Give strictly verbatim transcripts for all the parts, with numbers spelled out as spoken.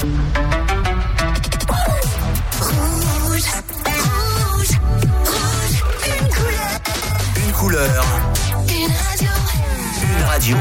Rouge, rouge, rouge, une couleur. Une couleur. Une radio. Une radio.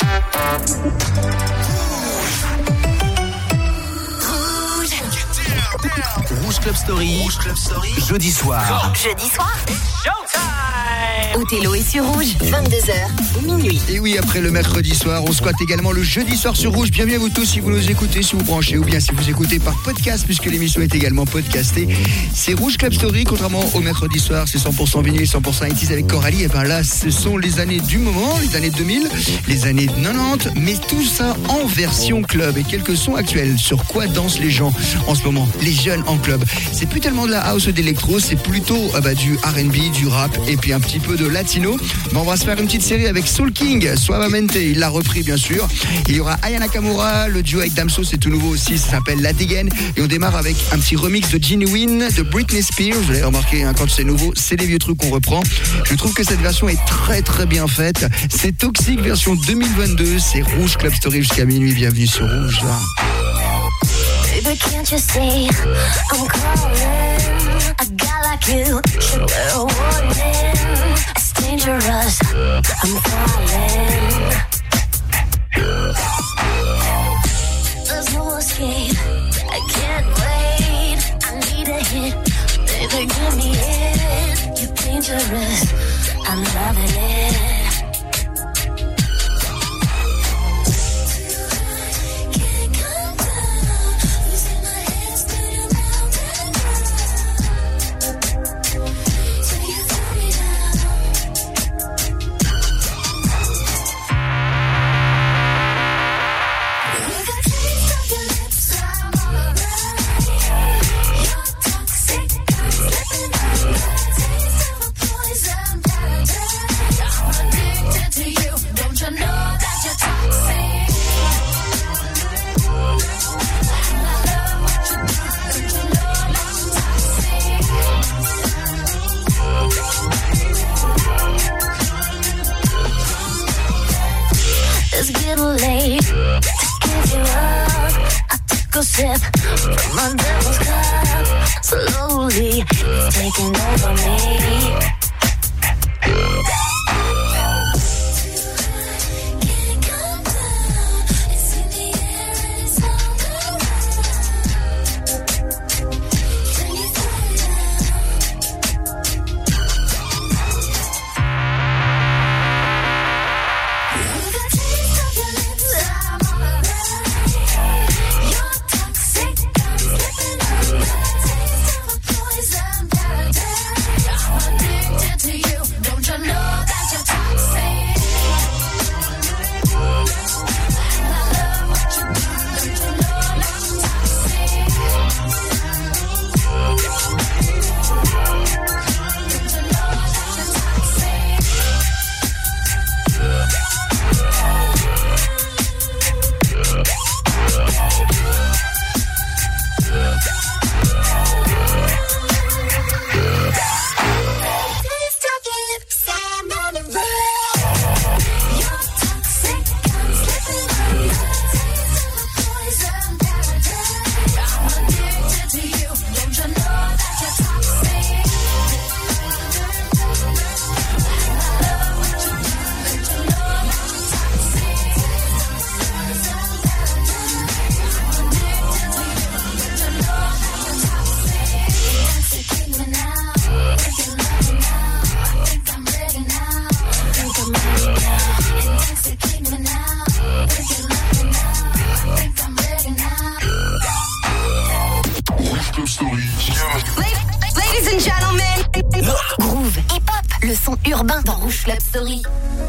Rouge Club Story. Rouge Club Story. Jeudi soir. Jeudi soir. Othello est sur Rouge, vingt-deux heures, minuit. Et oui, après le mercredi soir, on squatte également le jeudi soir sur Rouge. Bienvenue à vous tous si vous nous écoutez, si vous branchez ou bien si vous écoutez par podcast, puisque l'émission est également podcastée. C'est Rouge Club Story, contrairement au mercredi soir, c'est cent pour cent vinyle, cent pour cent eighties avec Coralie. Et bien là, ce sont les années du moment, les années deux mille, les années quatre-vingt-dix, mais tout ça en version club. Et quelques sons actuels. Sur quoi dansent les gens en ce moment, les jeunes en club? C'est plus tellement de la house ou d'électro, c'est plutôt ah bah, du R and B, du rap et puis un petit peu de latino. Mais on va se faire une petite série avec Soul King, Suavemente, il l'a repris bien sûr. Il y aura Aya Nakamura, le duo avec Damso, c'est tout nouveau aussi, ça s'appelle La Digen. Et on démarre avec un petit remix de Genuine, de Britney Spears. Vous allez remarquer hein, quand c'est nouveau, c'est les vieux trucs qu'on reprend. Je trouve que cette version est très très bien faite. C'est Toxic version deux mille vingt-deux, c'est Rouge Club Story jusqu'à minuit, bienvenue sur Rouge. Baby, can't you see I'm calling? A guy like you should bear a warning. It's dangerous, I'm falling. There's no escape, I can't wait. I need a hit, baby, give me it. You're dangerous, I'm loving it. It's getting late to give you up. I took a sip from my devil's cup. Slowly, it's taking over me. Ladies and gentlemen, Groove, hip-hop, le son urbain dans Rouge Club Story.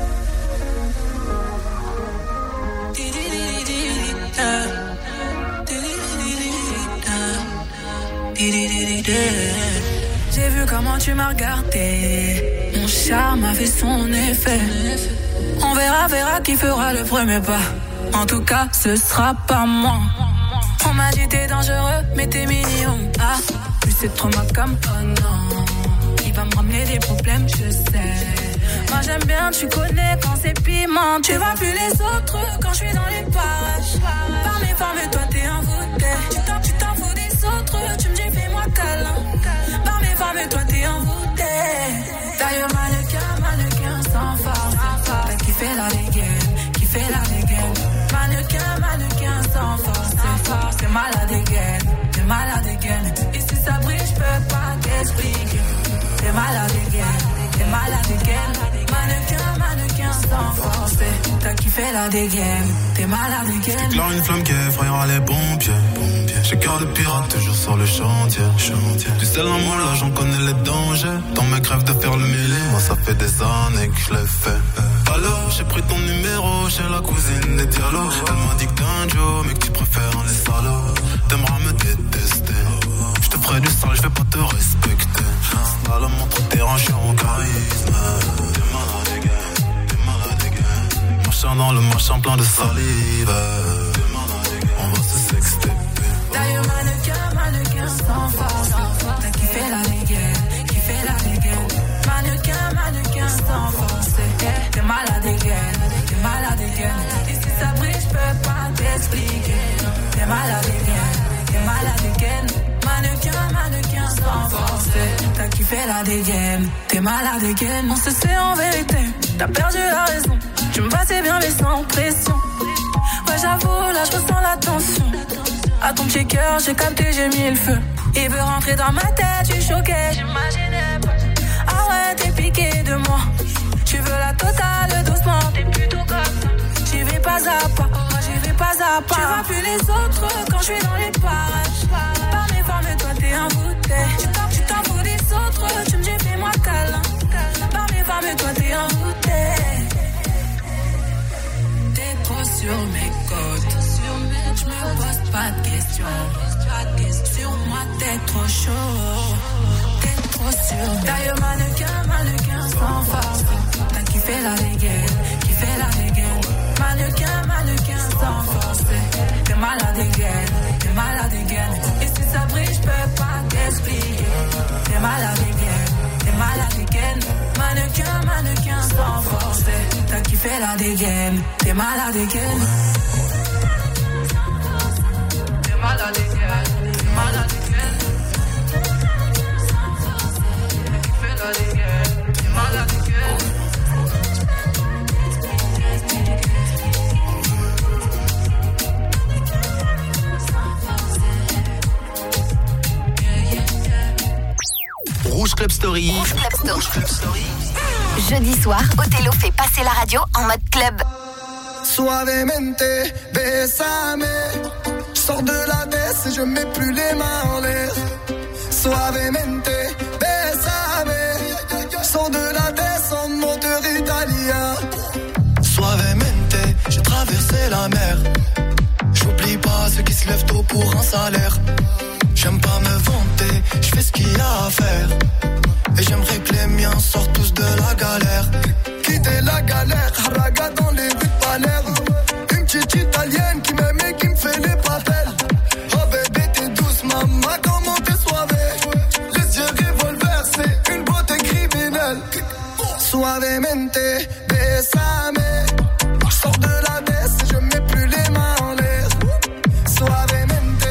J'ai vu comment tu m'as regardé, mon charme a fait son effet. On verra, verra qui fera le premier pas. En tout cas, ce sera pas moi. On m'a dit t'es dangereux, mais t'es mignon. Ah, plus c'est trop ma comme oh non. Il va me ramener des problèmes, je sais. Moi j'aime bien, tu connais quand c'est piment. Tu vois plus les autres quand je suis dans les parages. Par mes formes et toi t'es envoûté. malade again. Mannequin, mannequin sans forcer. T'as kiffé la dégaine, t'es malade again. J'éclaire une flamme qui effrayera les pompiers. J'ai cœur de pirate toujours sur le chantier. Tu sais l'amour là j'en connais les dangers. Ton mec rêve de faire le mêlé. Moi ça fait des années que je l'ai fait. Allô, j'ai pris ton numéro chez la cousine des Diallo. Elle m'a dit que t'es un Joe mais que tu préfères les salauds. T'aimeras me détester. Je te ferai du sale, je vais pas te respecter. Slalom entre terrain, je suis en charisme. T'es malade again, t'es malade again. Marchant dans le machin plein de salive. T'es malade again, on va se sexter. D'ailleurs mannequin, mannequin sans force. T'as kiffé la dégaine, kiffé la dégaine. Mannequin, mannequin sans force. T'es malade again, t'es malade again. Et si ça brille, j'peux pas t'expliquer. T'es malade again, t'es malade again. Mannequin, mannequin sans force. T'as kiffé la dégaine, t'es malade again. On se sait en vérité, t'as perdu la raison. Tu me passais bien mais sans pression. Ouais j'avoue, là je ressens la tension. À ton petit cœur, j'ai capté, j'ai mis le feu. Il veut rentrer dans ma tête, je suis choquée. J'imaginais pas. Ah ouais, t'es piqué de moi. Tu veux la totale doucement, t'es plutôt comme ça. J'y vais pas à pas, moi j'y vais pas à pas. Tu vois plus les autres quand je suis dans les parages. Par mes femmes et toi t'es un bouteille. Tu t'en, tu t'en fous des autres, tu me dis fais-moi câlin. Par mes femmes et toi t'es un bouteille. T'es trop sur mes côtes. Je me pose pas de questions. Sur moi t'es trop chaud. T'es trop sûr. D'ailleurs mannequin, mannequin sans force. T'as kiffé la dégaine, kiffé la dégaine. Mannequin, mannequin sans force. T'es malade again, t'es malade again. Et si ça brille, j'peux pas t'expliquer. T'es malade again, t'es malade again. Mannequin, mannequin sans force. T'as kiffé la dégaine, t'es malade again. T'es malade again, t'es malade again. T'as kiffé la dégaine, t'es malade again. Rouge Club Story. Rouge Club Story. Rouge Club Story. Jeudi soir, Othello fait passer la radio en mode club. Suavemente, besame. Je sors de la baisse et je mets plus les mains en l'air. Suavemente, besame. Je sors de la baisse en moteur italien. Suavemente, j'ai traversé la mer. J'oublie pas ceux qui se lèvent tôt pour un salaire. J'aime pas me vanter, je fais ce qu'il y a à faire. Et j'aimerais que les miens sortent tous de la galère. Quitter la galère, haraga dans les rues de Palerme. Une petite italienne qui m'aime et qui me fait les papels. Oh bébé t'es douce maman, comment t'es soivée. Les yeux revolver, c'est une beauté criminelle. Suavemente, besame. Je sors de la baisse et je mets plus les mains en l'air. Suavemente,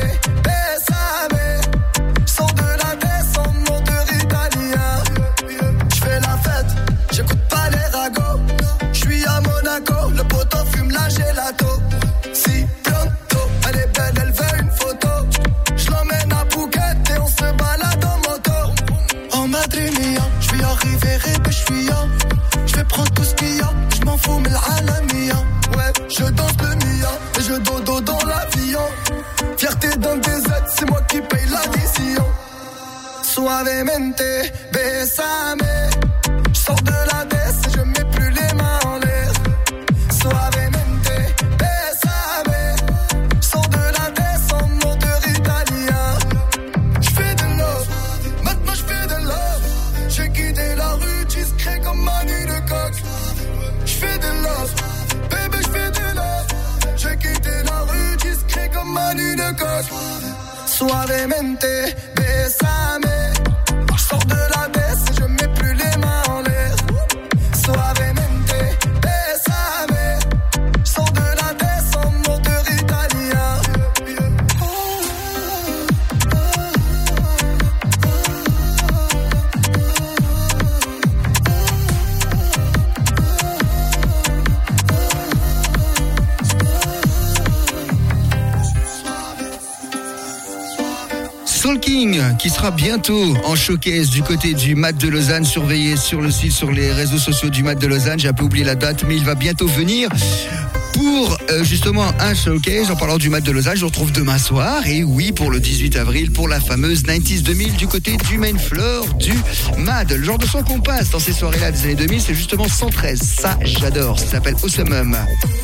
besame. Je sors de la baisse en moteur italien. Je fais la fête, j'écoute pas les ragots. Je suis à Monaco, le poteau fume la gelato. Si bientôt, elle est belle, elle veut une photo. Je l'emmène à Phuket et on se balade en moto. En Madrid mia, je vais arriver et je suis là. Je vais prendre tout ce qu'il y a, je m'en fous mais l'alamia. Ouais, je danse le mia et je dodo dans l'avion. Fierté dans des aides, c'est moi qui paye l'addition. Suavemente, besame. Je sors de la baisse et je mets plus les mains en l'air. Suavemente, besame. Je sors de la baisse en moteur italien. Je fais de love, maintenant je fais de love. J'ai quitté la rue discret comme Manu de coq. Je fais de love, bébé je fais de love. J'ai quitté la rue discret comme Manu de coq. Suavemente, besame. Je sors de la baisse et je mets plus les mains en l'air. Suavemente, besame. Je sors de la baisse en moteur italien. Soul King qui sera bientôt en showcase du côté du M A D de Lausanne. Surveillez sur le site, sur les réseaux sociaux du M A D de Lausanne. J'ai un peu oublié la date, mais il va bientôt venir pour euh, justement un showcase. En parlant du M A D de Lausanne, je vous retrouve demain soir. Et oui, pour le dix-huit avril, pour la fameuse quatre-vingt-dix deux mille du côté du main floor du M A D. Le genre de son qu'on passe dans ces soirées-là des années deux mille, c'est justement cent treize. Ça, j'adore. Ça s'appelle Awesome.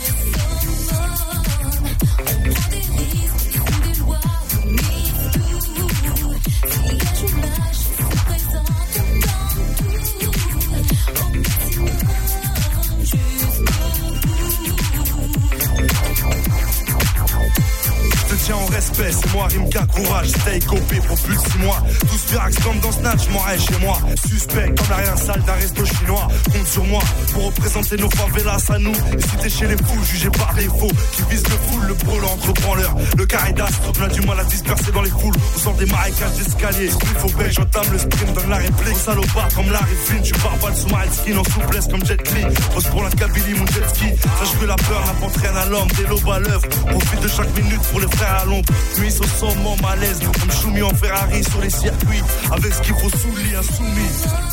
En respect, c'est moi Rimka, courage, stay copé pour plus de six mois. Tous virax comme dans Snatch, m'aurais chez moi. Suspect comme la rien sale d'un resto chinois. Compte sur moi pour représenter nos favelas à nous. Et si t'es chez les fous, jugé par les faux qui visent le full, le brûle entreprend l'heure. Le caridas, on a du mal à disperser dans les foules. On sort des marécages d'escalier. Il faut belle, j'entame le sprint, donne la réplique. Au salopard comme Larry Flynn, je suis barbale sous ma skin en souplesse comme Jet Li. Pose pour la Kabylie, mon jet ski. Sache que la peur n'apporte rien à l'homme, des lobes à l'œuvre. Profite de chaque minute pour les frères à l'ombre. Puis au sommet malaise, comme Choumi en Ferrari sur les circuits, avec ce qu'il faut sous le lit insoumis.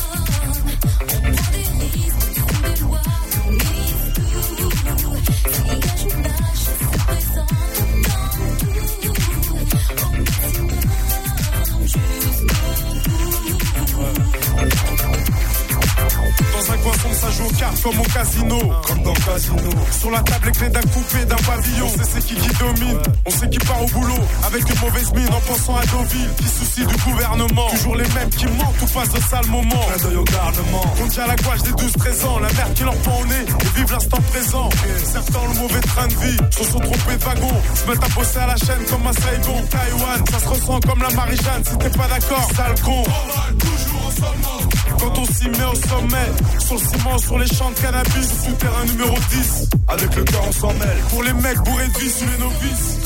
Dans un coin sombre, ça joue aux cartes comme au casino. Comme dans le casino. Sur la table, les clés d'un coupé, d'un pavillon. On sait c'est qui qui domine. On sait qui part au boulot. Avec une mauvaise mine en pensant à Deauville. Qui soucie du gouvernement. Toujours les mêmes qui mentent ou passent de sales moments. Clin d'œil au garnement. On tient la gouache des douze treize ans. La mère qui leur prend au nez et vive l'instant présent. Certains ont le mauvais train de vie. Se sont trompés de wagon. Se mettent à bosser à la chaîne comme un Saigon. Taïwan, ça se ressent comme la Marie-Jeanne. Si t'es pas d'accord, sale con. Toujours au sommet. Quand on s'y met au sommet. Sur le ciment, sur les champs de cannabis. Souterrain numéro dix. Avec le cœur on s'en mêle. Pour les mecs bourrés de vie sous les novices.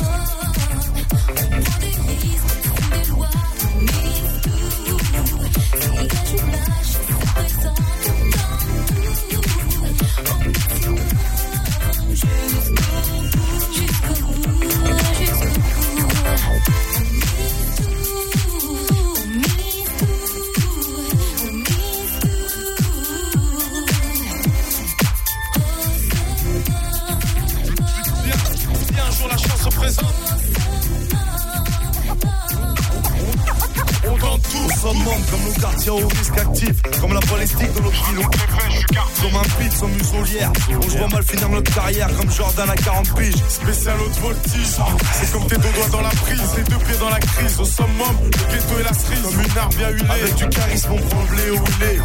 Comme nos quartiers au risque actif, comme la balistique de notre ville. Comme un pit sans muselière. On se voit mal finir notre carrière comme Jordan à quarante piges. Spécial haute voltige. C'est comme tes deux doigts dans la prise, les deux pieds dans la crise. Au summum, le ghetto et la cerise. Comme une arme bien huilée. Avec du charisme, on prend le blé où il est.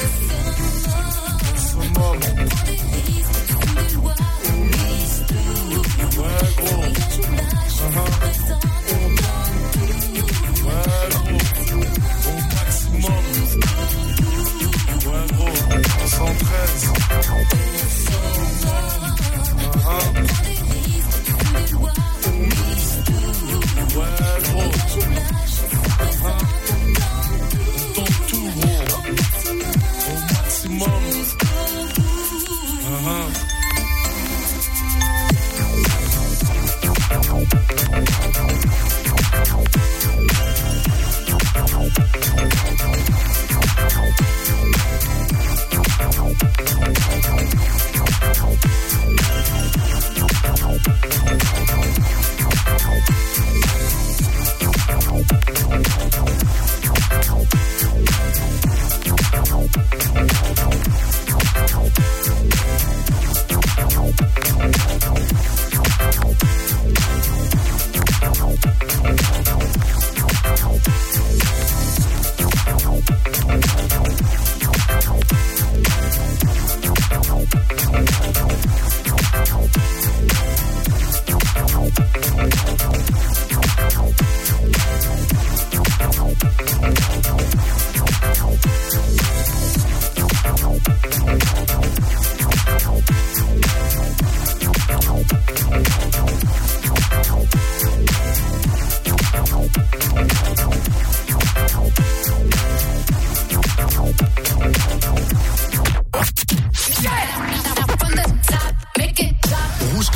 Au summum. Ouais, gros. Uh-huh. cent treize uh-huh. Ouais gros uh-huh. On tente tout gros. Au maximum uh-huh.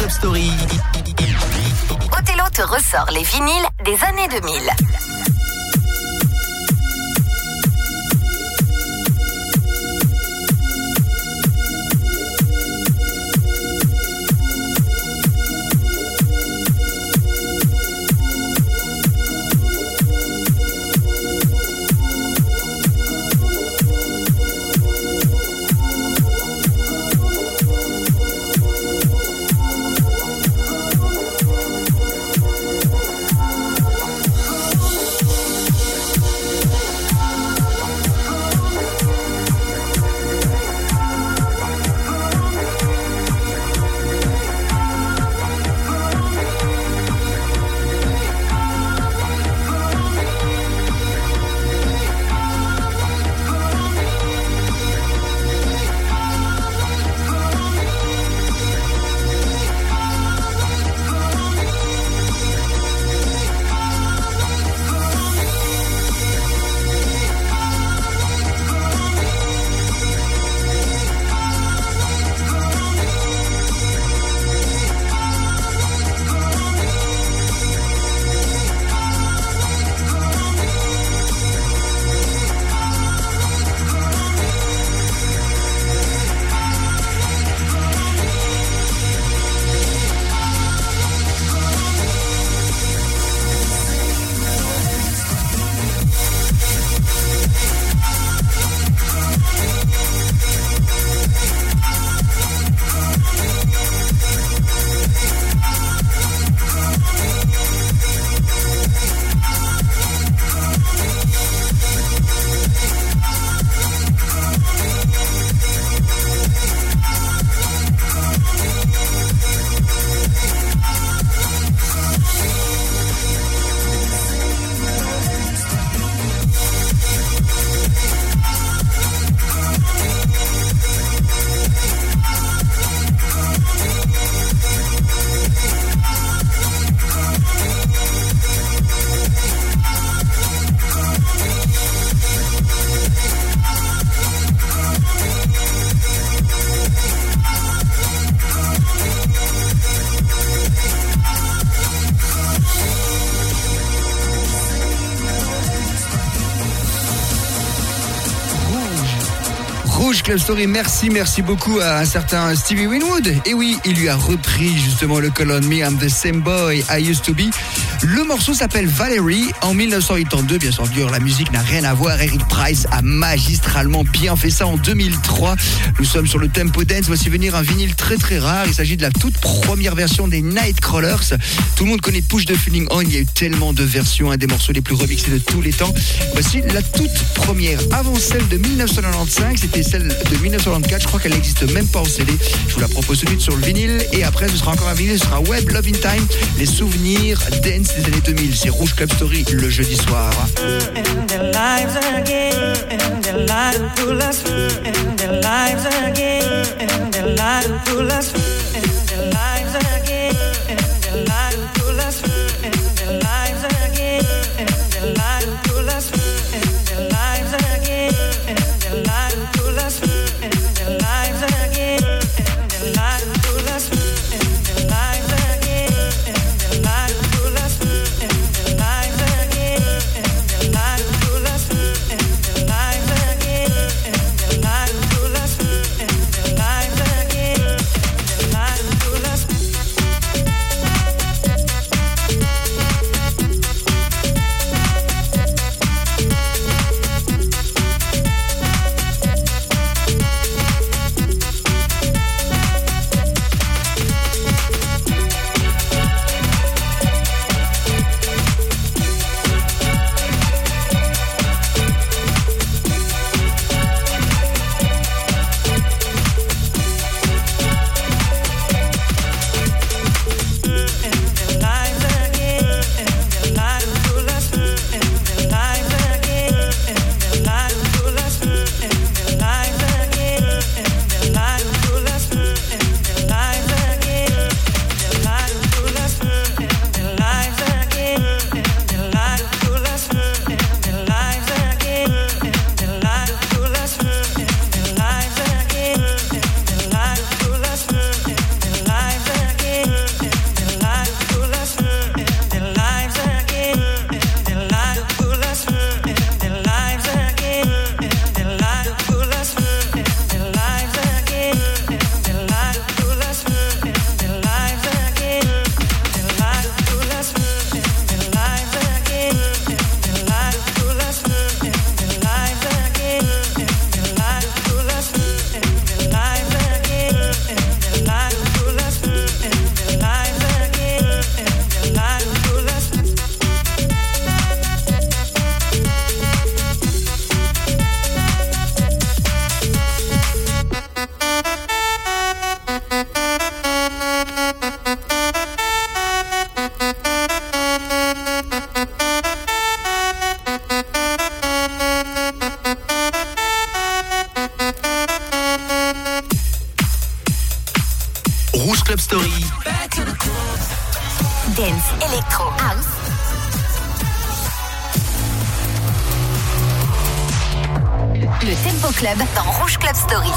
Othello te ressort les vinyles des années deux mille. Rouge Club Story. Merci, merci beaucoup à un certain Stevie Winwood. Et oui, il lui a repris justement le Call on Me, I'm the same boy I used to be. Le morceau s'appelle Valerie. En dix-neuf cent quatre-vingt-deux, bien sûr, la musique n'a rien à voir. Eric Price a magistralement bien fait ça en deux mille trois. Nous sommes sur le Tempo Dance. Voici venir un vinyle très très rare. Il s'agit de la toute première version des Nightcrawlers. Tout le monde connaît Push the Feeling On. Il y a eu tellement de versions, un des morceaux les plus remixés de tous les temps. Voici la toute première. Avant celle de dix-neuf cent quatre-vingt-quinze, c'était celle de dix-neuf cent quatre-vingt-quatorze. Je crois qu'elle n'existe même pas en C D. Je vous la propose tout de suite sur le vinyle. Et après, ce sera encore un vinyle. Ce sera Web Love in Time. Les souvenirs dance des années deux mille. C'est Rouge Club Story le jeudi soir. In their lives again, in their lives pull us, in their lives again, in their lives pull us, in their lives again, in their lives pull us, in their lives again, in their lives pull us, in their lives again, in their lives pull us, in their lives again, in their lives pull us, in their lives again, in their lives pull us, in their lives again, in their lives pull us, in their lives again, in their lives pull us, in their lives again, in their lives pull us. Rouge Club Story. Dance, électro, house. Le Tempo Club dans Rouge Club Story.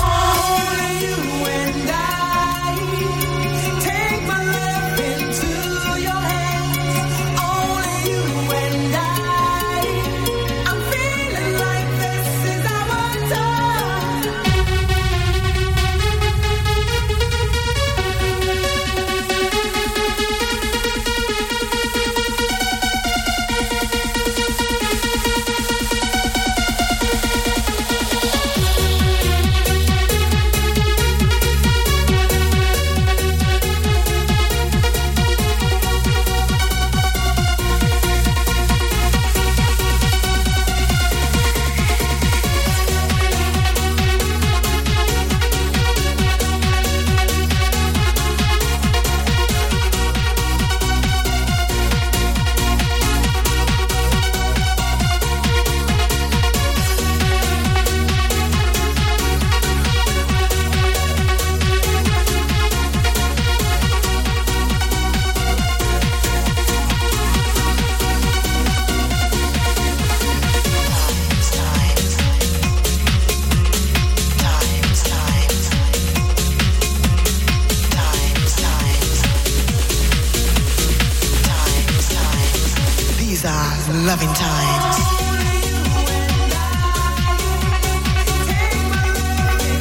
Loving times.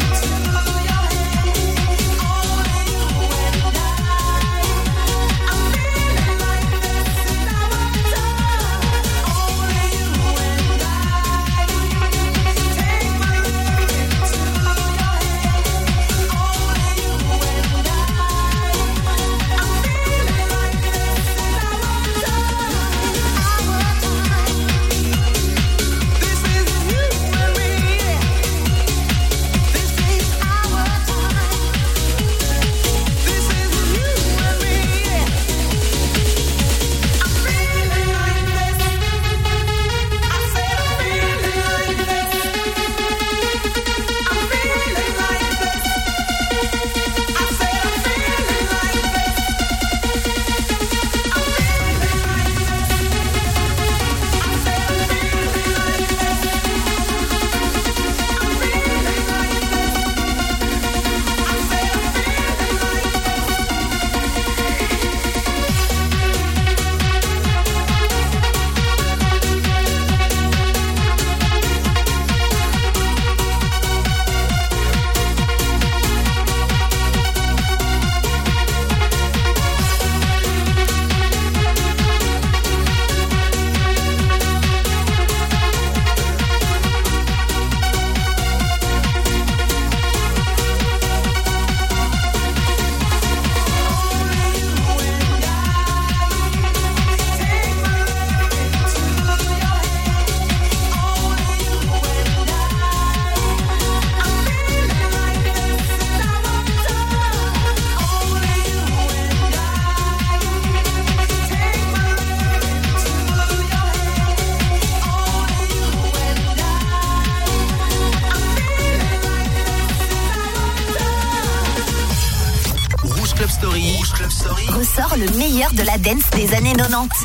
le meilleur de la dance des années quatre-vingt-dix.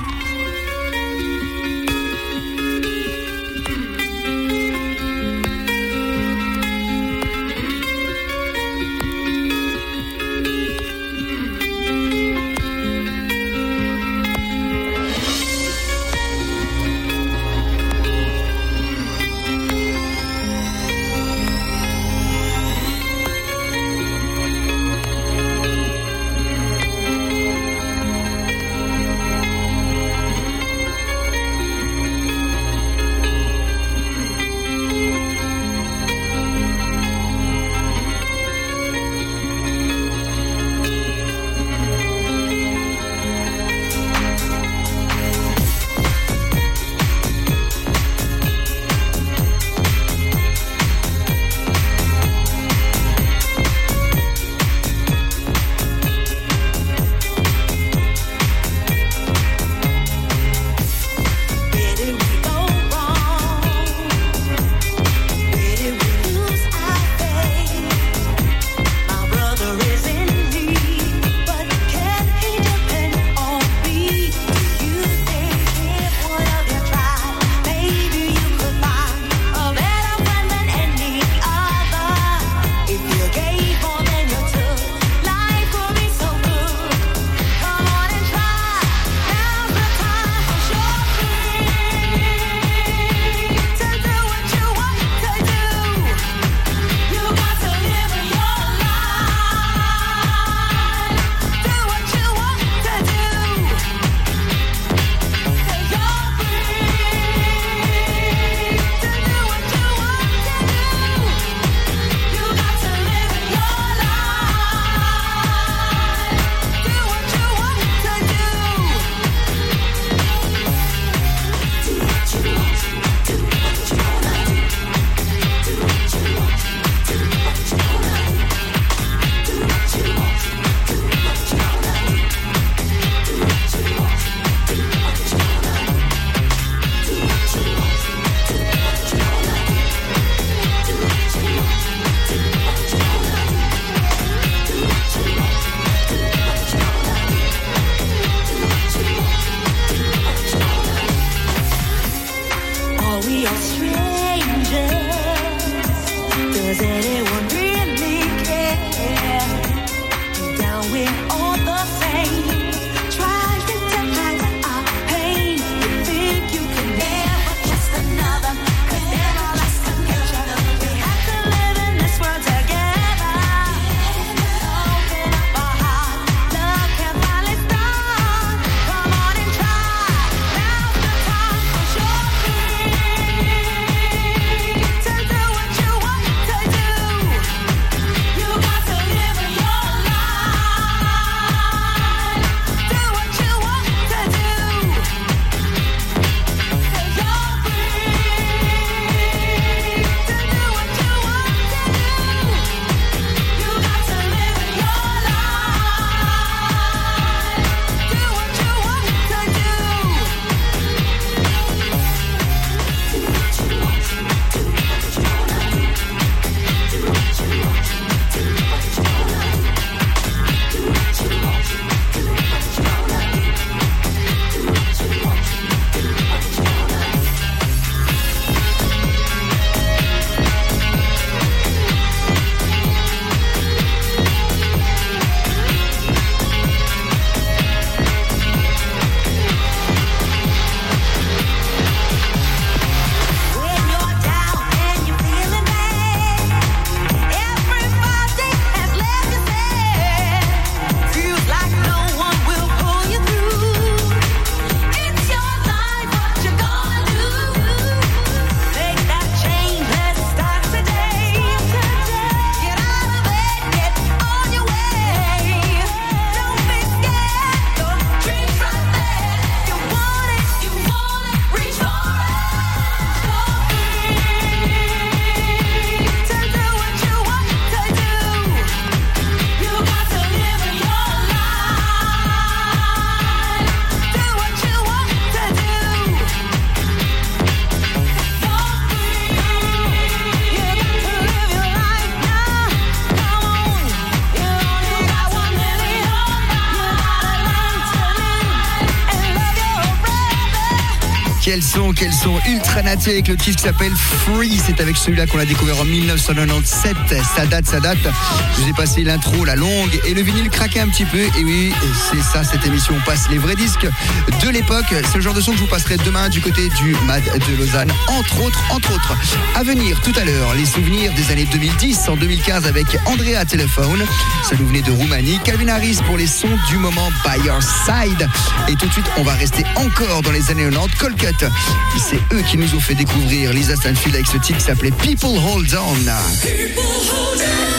Quels sont, quels sont Ultra Naty avec le titre qui s'appelle Free. C'est avec celui-là qu'on a découvert en dix-neuf cent quatre-vingt-dix-sept. Ça date, ça date. Je vous ai passé l'intro, la longue, et le vinyle craquait un petit peu. Et oui, c'est ça, cette émission. On passe les vrais disques de l'époque. C'est le genre de son que je vous passerai demain du côté du M A D de Lausanne. Entre autres, entre autres. À venir tout à l'heure, les souvenirs des années deux mille dix, en deux mille quinze avec Andrea Telephone. Ça nous venait de Roumanie. Calvin Harris pour les sons du moment By Your Side. Et tout de suite, on va rester encore dans les années quatre-vingt-dix. Colcut. C'est eux qui nous ont fait découvrir Lisa Stanfield avec ce titre qui s'appelait People Hold On. People hold on.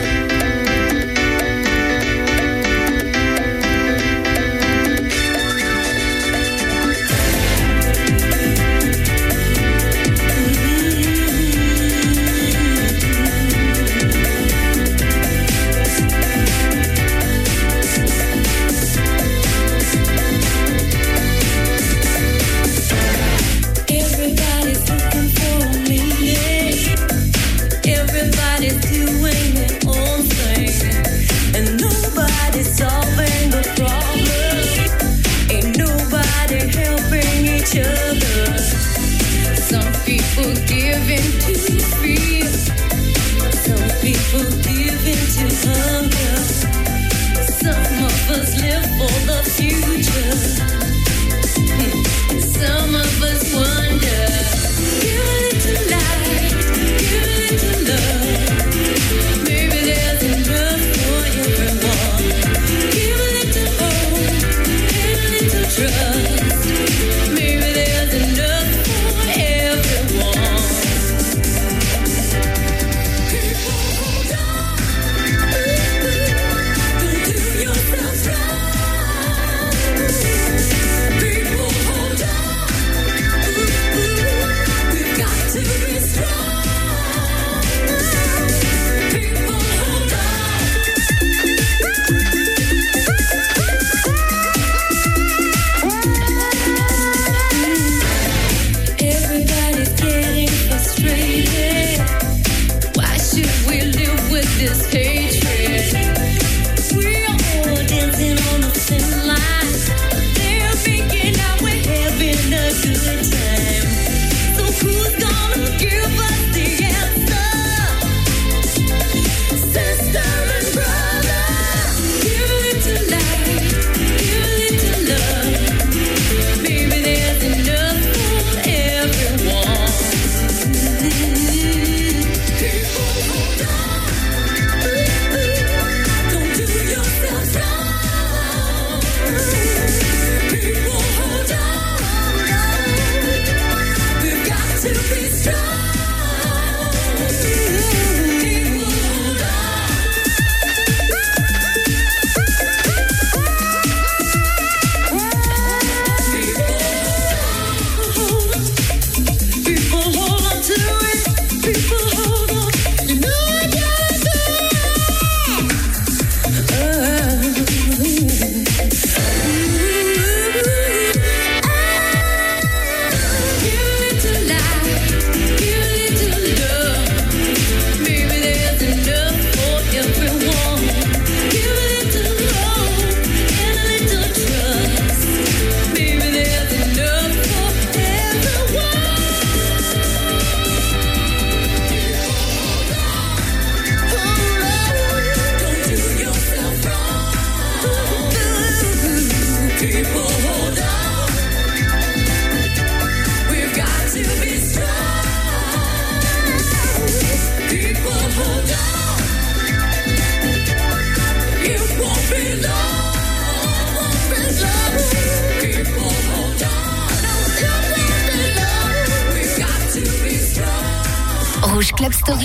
Rouge Club Story.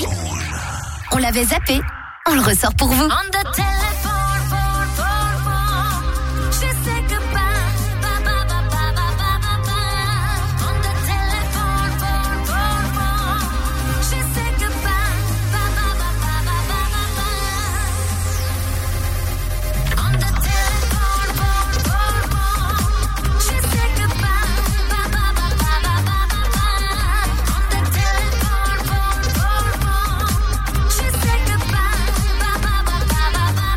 On l'avait zappé, on le ressort pour vous. Bye.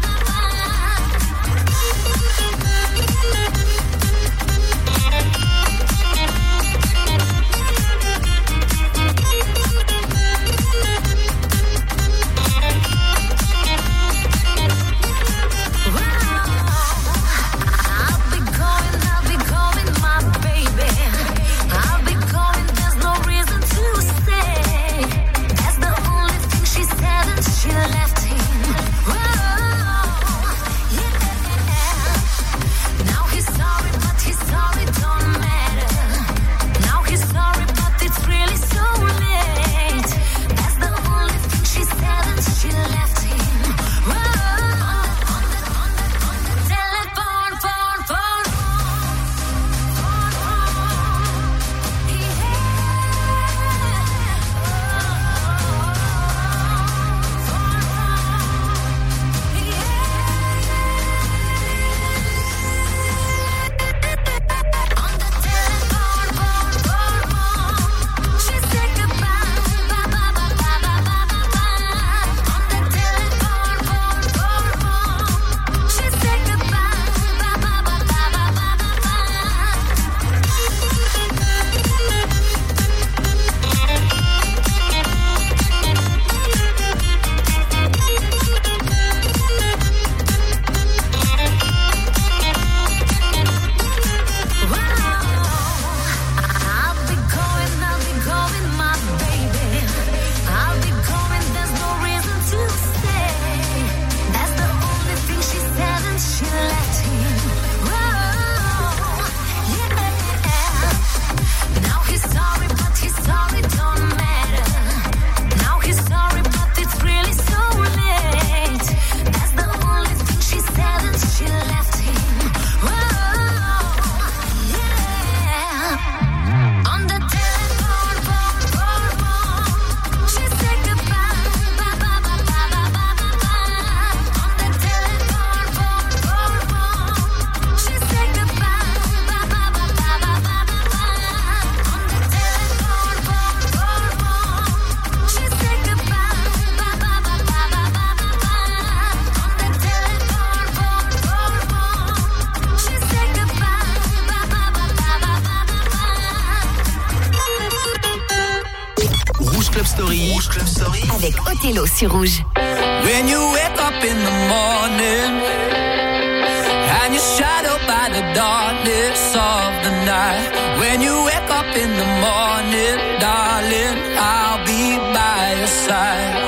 Story. Rouge Club Story. Avec Othello sur Rouge. When you wake up in the morning and you're shadowed by the darkness of the night. When you wake up in the morning, darling, I'll be by your side.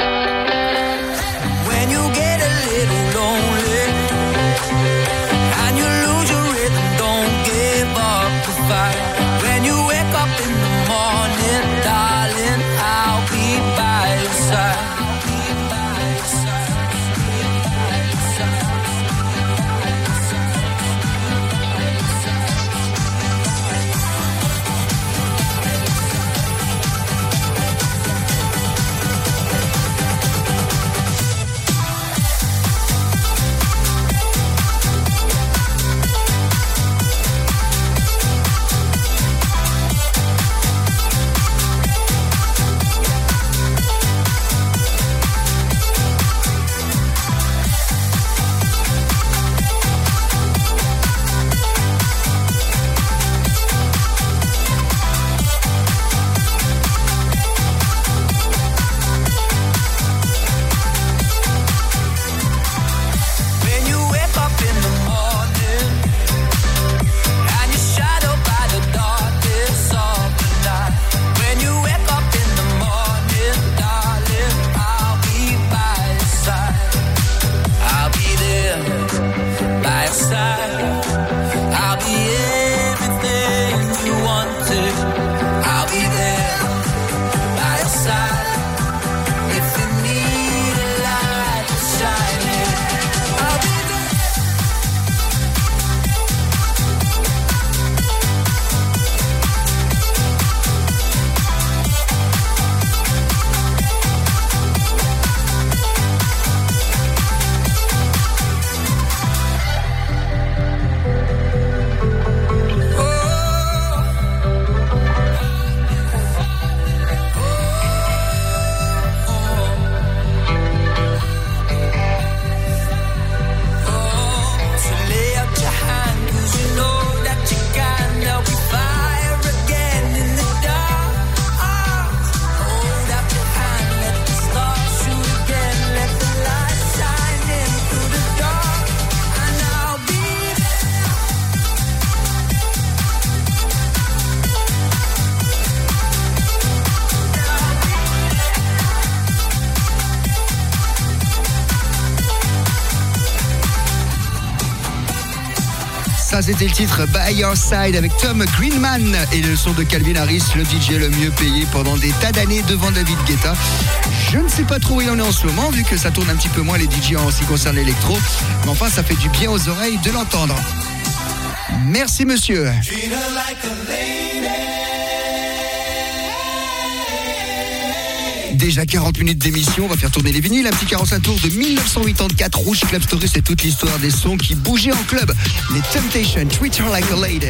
When you get a little lonely and you lose your rhythm, don't give up the fight. When you wake up in the morning, darling, I'll be by your side. Ça, c'était le titre By Your Side avec Tom Greenman et le son de Calvin Harris, le D J le mieux payé pendant des tas d'années devant David Guetta. Je ne sais pas trop où il en est en ce moment, vu que ça tourne un petit peu moins les D J en ce qui concerne l'électro. Mais enfin, ça fait du bien aux oreilles de l'entendre. Merci, monsieur. Déjà quarante minutes d'émission, on va faire tourner les vinyles. Un petit quarante-cinq tours de dix-neuf cent quatre-vingt-quatre. Rouge Club Story, c'est toute l'histoire des sons qui bougeaient en club. Les Temptations, Treat Her Like a Lady.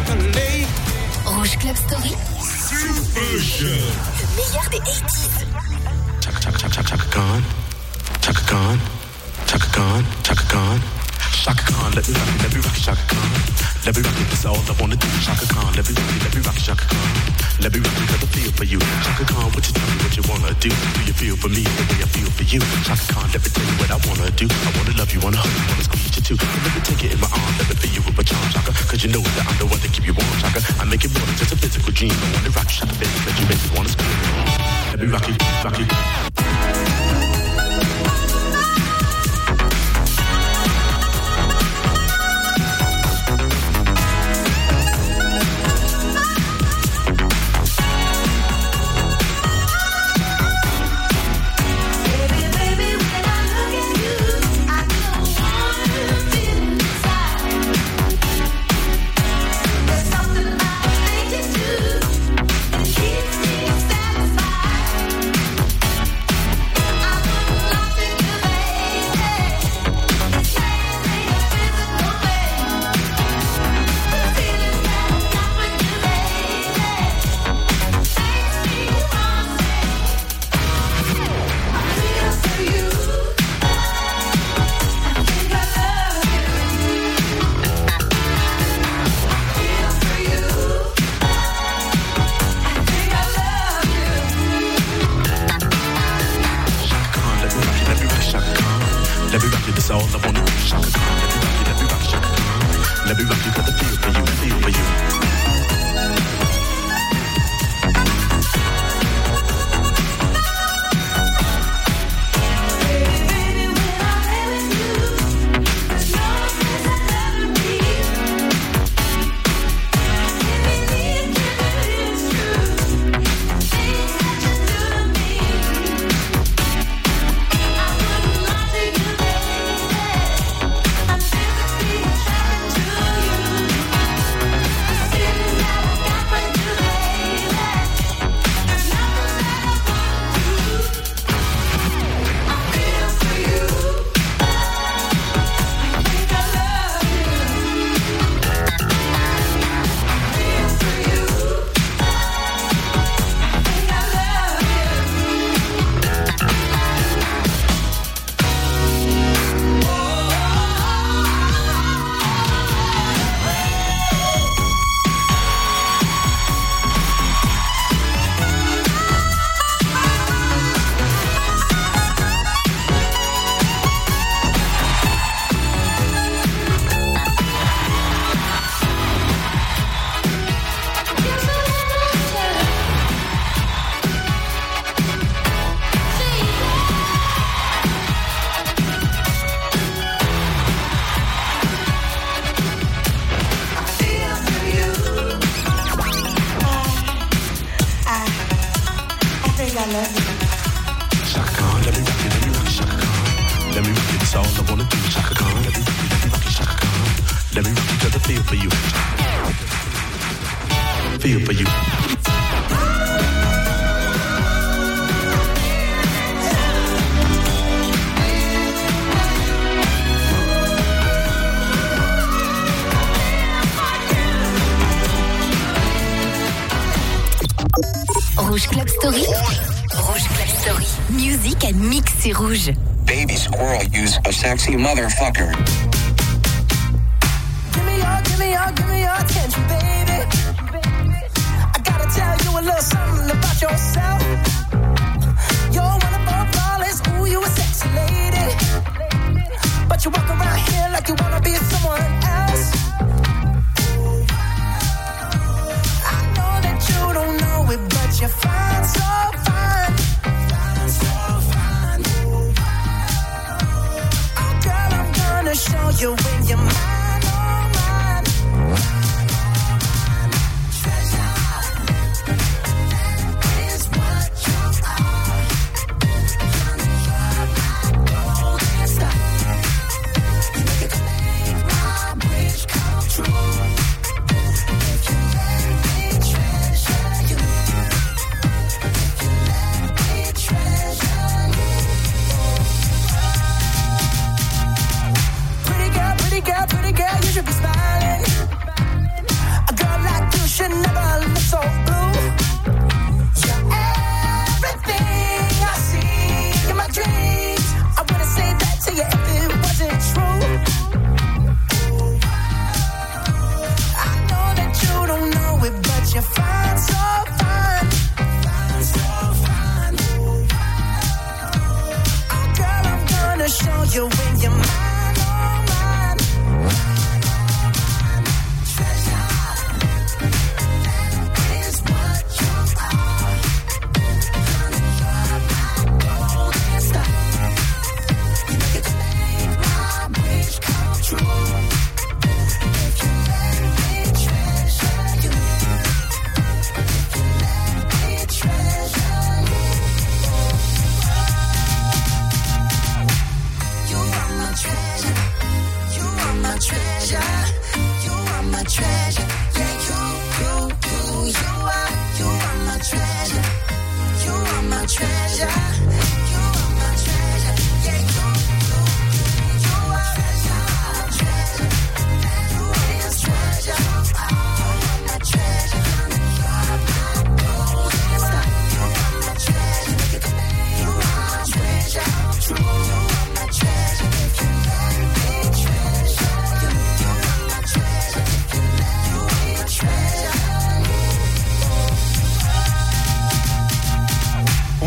chocolat. Rouge Club Story. Super Show. Le meilleur des eighties. Chaka chaka chaka chaka Khan, Chaka Khan, Chaka Khan, Chaka Khan, Chaka Khan. Let me rock it, let me rock it, Chaka Khan. Let me rock it, that's all I wanna do. Chaka Khan, let me rock it, let me rock it, Chaka Khan. Let me rock it, cause I feel for you. Chaka Khan, what you tell me what you wanna do? Do you feel for me the way I feel for you? Chaka Khan, let me tell you what I wanna do. I wanna love you, wanna hug you, wanna squeeze you too. Let me take it in my arms, let me feel you with my charm, Chaka. Cause you know that I'm the one that keep you warm, Chaka. I make it more than just a physical dream. I wanna rock you, Chaka, baby, but you make me wanna scream. Let me rock it, rock it. Rouge Club Story. Rouge Club Story. Music and mix, c'est rouge. Baby squirrel, use a sexy motherfucker. Give me your, give me your, give me your attention, baby. I gotta tell you a little something about yourself. You're wonderful, flawless, ooh, you a sexy lady. But you walk around here like you wanna be someone else. I know that you don't know it, but you're fine, so fine. So fine. Oh, girl, I'm gonna show you when you're mine, oh mine.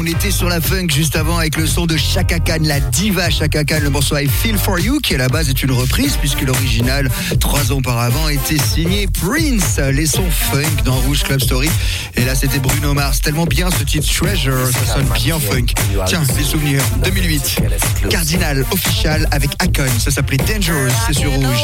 On était sur la funk juste avant avec le son de Chaka Khan, la diva Chaka Khan. Le morceau I Feel For You, qui à la base est une reprise puisque l'original, trois ans auparavant, était signé Prince. Les sons funk dans Rouge Club Story. Et là, c'était Bruno Mars. Tellement bien ce titre Treasure, ça sonne bien funk. Tiens, des souvenirs. deux mille huit. Cardinal Official avec Akon. Ça s'appelait Dangerous. C'est sur Rouge.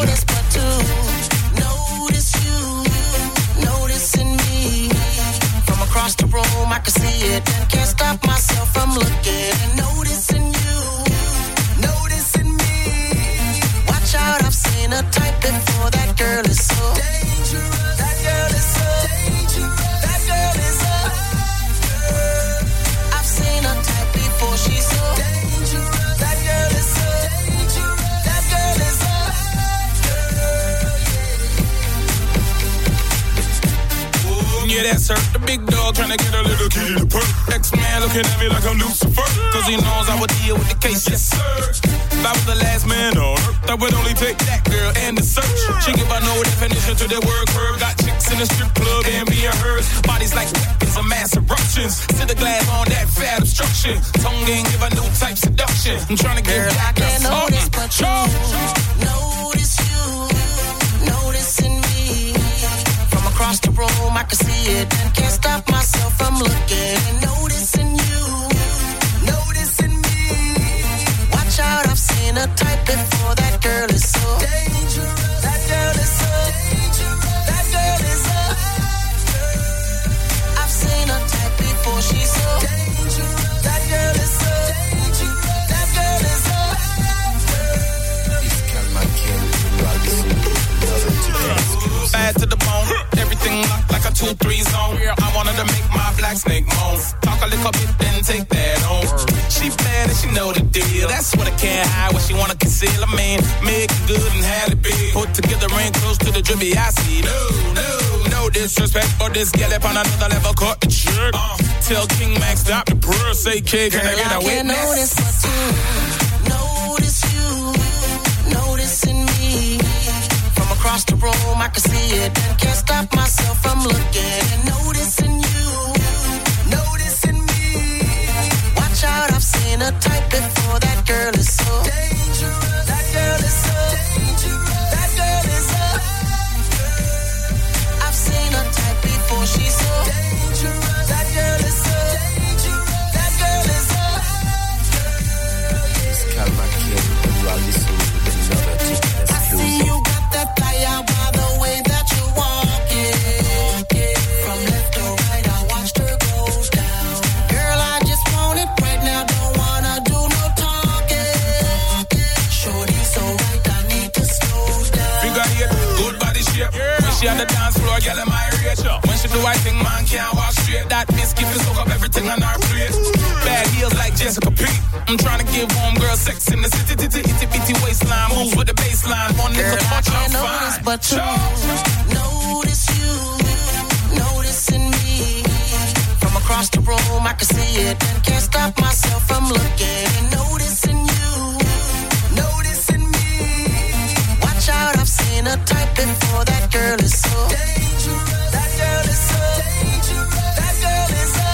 Across the room, I can see it and can't stop myself from looking and noticing you, noticing me. Watch out, I've seen a type before. That girl is so dangerous. That girl is so dangerous. That girl is so dangerous. I've seen a type before. She's so dangerous. That girl is so dangerous. That girl is so yeah, that's her. The big dog trying to get a little kitty to perk. X-Man looking at me like I'm Lucifer. Cause he knows I would deal with the case, yes sir. If I was the last man on earth, I would only take that girl and the search. She give a no definition to the word curve. Got chicks in the strip club and me and hers. Bodies like weapons of mass eruptions. Sit the glass on that fat obstruction. Tongue game give a new type seduction. I'm trying to get back to notice, but you notice you, noticing me. From across the room, I can see it and can't stop myself from looking and noticing you, noticing me. Watch out, I've seen a type before. That girl is so dangerous. That girl is so dangerous. That girl is so dangerous. I've seen a type before. She's so dangerous. That girl is so dangerous. That girl is so dangerous. Bad to the bone, everything locked like a two three zone. I wanted to make my black snake moan. Talk a little bit, then take that on. She bad and she know the deal. That's what I can't hide, what she wanna conceal. I mean, make it good and have it big. Put together and close to the drippy I see. No, no, no disrespect, but this gal up on another level, cut the jerk. Uh, tell King Max stop the purr, say kid, can I get a witness? Notice what you, notice you, noticing me. Across the room, I can see it and can't stop myself from looking and noticing you, noticing me. Watch out, I've seen a type before. That girl is so dangerous. That girl is so dangerous. That girl is so dangerous. I've seen a type before. She's so dangerous. That girl is so dangerous. That girl is so dangerous. Calma, kid, you are listening to another ticket. I see you got that fire by the way that you walk it. From left to right, I watched her go down. Girl, I just want it right now. Don't wanna do no talking. Shorty so right, I need to slow down. Figure eight, good body shape. When she on the dance floor, girl, am I rich? When she do I think man can't walk straight. That biscuit will soak up everything on our plate. Bad heels like Jessica P. I'm trying to give home girl sex in the city, titty, itty bitty waistline. Moves with the baseline. One nigga touch, I'm fine. But you notice you, noticing me. From across the room, I can see it and can't stop myself from looking and noticing you, noticing me. Watch out, I've seen a type before. That girl is so dangerous. That girl is so dangerous. That girl is so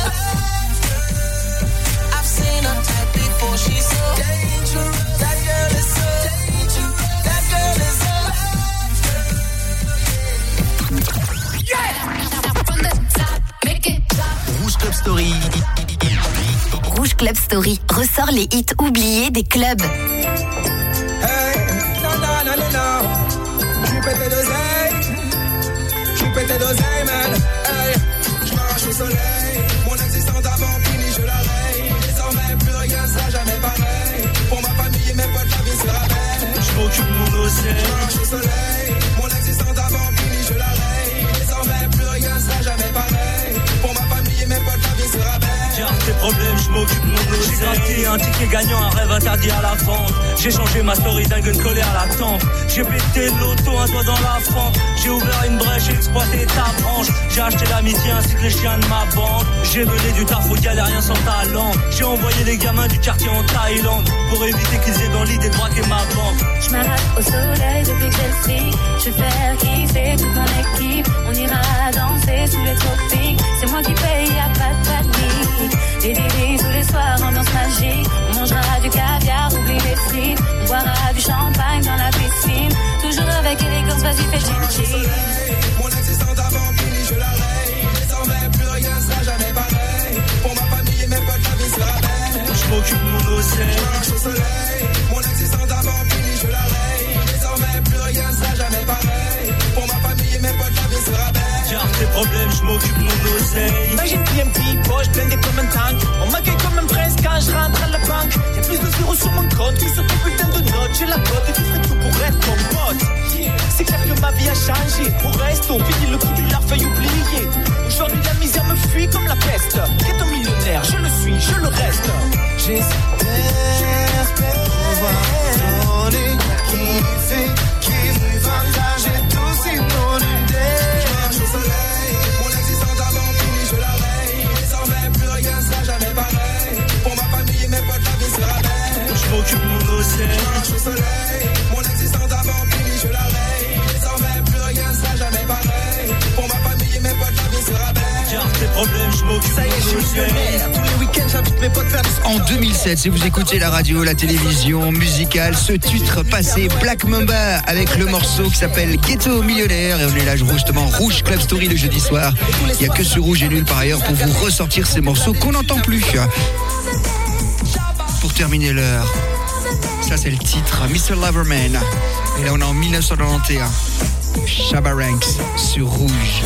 dangerous. I've seen a type before. She's so dangerous. That girl is so dangerous. That girl is so Rouge Club Story. Rouge Club Story ressort les hits oubliés des clubs. Hey, non, non, non, non, non. J'suis pété d'oseille. J'suis pété d'oseille, man. Hey, j'marche au soleil. Mon existence avant fini, je la raye. Désormais, plus rien sera jamais pareil. Pour ma famille et mes potes, la vie sera belle. J'm'occupe de mon oseille. J'marche au soleil. Mon existence avant fini, je la raye. Désormais, plus rien sera jamais pareil. Pour ma famille et mes potes, la vie sera belle. Garde tes problèmes, je m'occupe de mon dossier. J'ai gratti un ticket gagnant, un rêve interdit à la vente. J'ai changé ma story d'un gun collé à la tempe. J'ai pété l'auto, un doigt dans la fente. J'ai ouvert une brèche, j'ai exploité ta branche. J'ai acheté l'amitié ainsi que les chiens de ma bande. J'ai donné du taf aux galériens sans talent. J'ai envoyé les gamins du quartier en Thaïlande pour éviter qu'ils aient dans l'idée de braquer ma banque. Je m'arrête au soleil depuis que je le suis. Je vais faire kiffer toute mon équipe. On ira danser sous les tropiques. C'est moi qui paye, y'a pas de panique. Les délits sous les problèmes, je m'occupe de mon oseille. Imagine P M P, poche blindée comme un tank. On m'accueille comme un prince quand je rentre à la banque. Y'a plus de zéros sur mon compte que sur ton putain de notes. J'ai la cote et tu ferais tout pour être mon pote. C'est clair que ma vie a changé. Au reste, on finit le coup du larfeuille oublié. Aujourd'hui la misère me fuit comme la peste. Qu'est un millionnaire, je le suis, je le reste. J'espère pouvoir donner, kiffer, kiffer, partager tout ces bonnes idées. Je marche au soleil, mon existence avant fini, je la veille. Désormais plus rien sera jamais pareil. Pour ma famille et mes potes la vie sera belle. Je m'occupe de mon oseille. Je marche au soleil, mon existence avant fini, je la veille. Désormais plus rien sera jamais pareil. Pour ma famille et mes potes la vie sera belle. Garde tes problèmes, je m'occupe de mon oseille. Tous les week-ends j'invite mes potes faire du sport. En deux mille sept, si vous écoutez la radio, la télévision musicale, ce titre passé Black Mamba avec le morceau qui s'appelle Ghetto Millionnaire. Et on est là justement Rouge Club Story le jeudi soir. Il n'y a que ce Rouge et nulle part ailleurs pour vous ressortir ces morceaux qu'on n'entend plus. Pour terminer l'heure, ça c'est le titre mister Loverman. Et là on est en mille neuf cent quatre-vingt-onze. Shabba Ranks sur Rouge.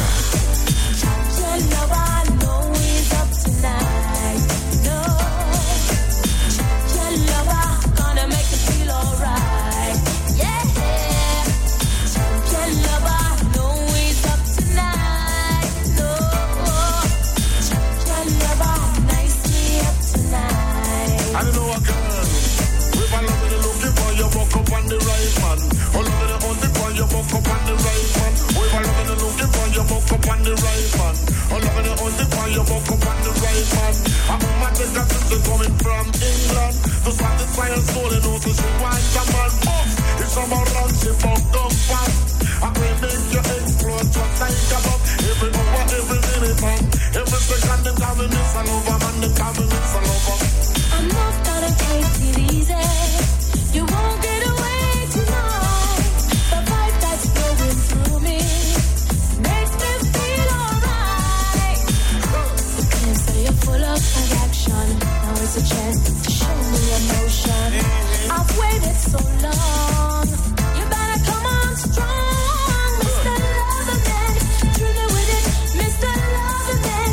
Coming from England to satisfy her soul and also she wants a man up. If someone runs, she fucked up fast. I will make you explode just like a bomb. Every hour, every minute, man. Every second, they call me Miss a Lover, man. They call me Miss a Lover. I'm not gonna take it easy. You won't get away tonight. The vibe that's flowing through me makes me feel alright. Can't say you're full of attraction. Now is a chance to show me emotion. I've waited so long. You better come on strong, Mister Loverman. Treat me with it, Mister Loverman.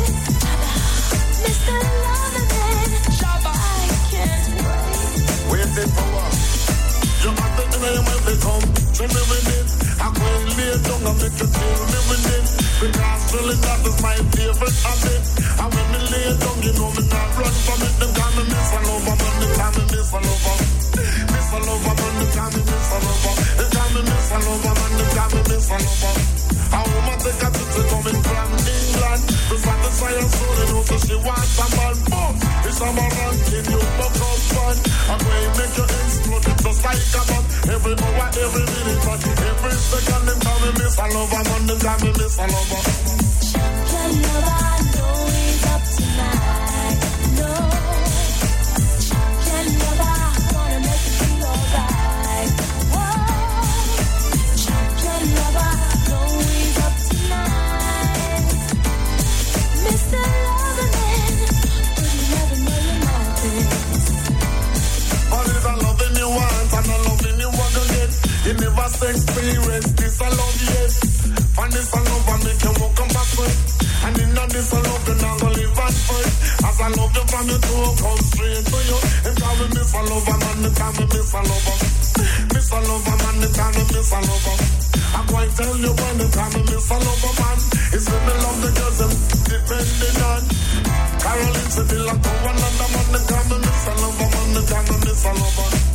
Mister Loverman. I can't wait. Wait it for what? You got the inner your mind, they come. Treat me with it. I can't lay down and make you feel me with it. Because really that is my favorite habit. And when me lay down, you know me not run from it. Them call me Miss a Lover, man. They call me Miss a Lover. Miss a Lover, man. They call me Miss a Lover. They call me Miss a Lover, man. They call me Miss a Lover. A woman take a picture coming from England to satisfy her soul and also she wants a man. Boom! It's a man ranking you buck up fun. I'm going to make you explode just like a bomb. Every hour, every minute, but every second them call me Miss a Lover, man. They call me Miss a Lover. Champion lover, I know he's up tonight. No. Champion lover, I wanna make you feel alright. Whoa. Champion lover, I know he's up tonight. Mister Loverman, but you never know your mountains. All is a loving you want and a loving you want to get. You never say experience this I love yet. And this I love and make you walk on backward. And in this I love you now go live and fight. As I love you from you to come straight to you. They call me Miss a Lover, man. They call me Miss a Lover. Miss a Lover, man. They call me Miss a Lover. I quite tell you when they call me Miss a Lover, man. It's when me love the girls them depending on. Caroline Sevilla, go another man. They call me Miss a Lover, man. They call me Miss a Lover.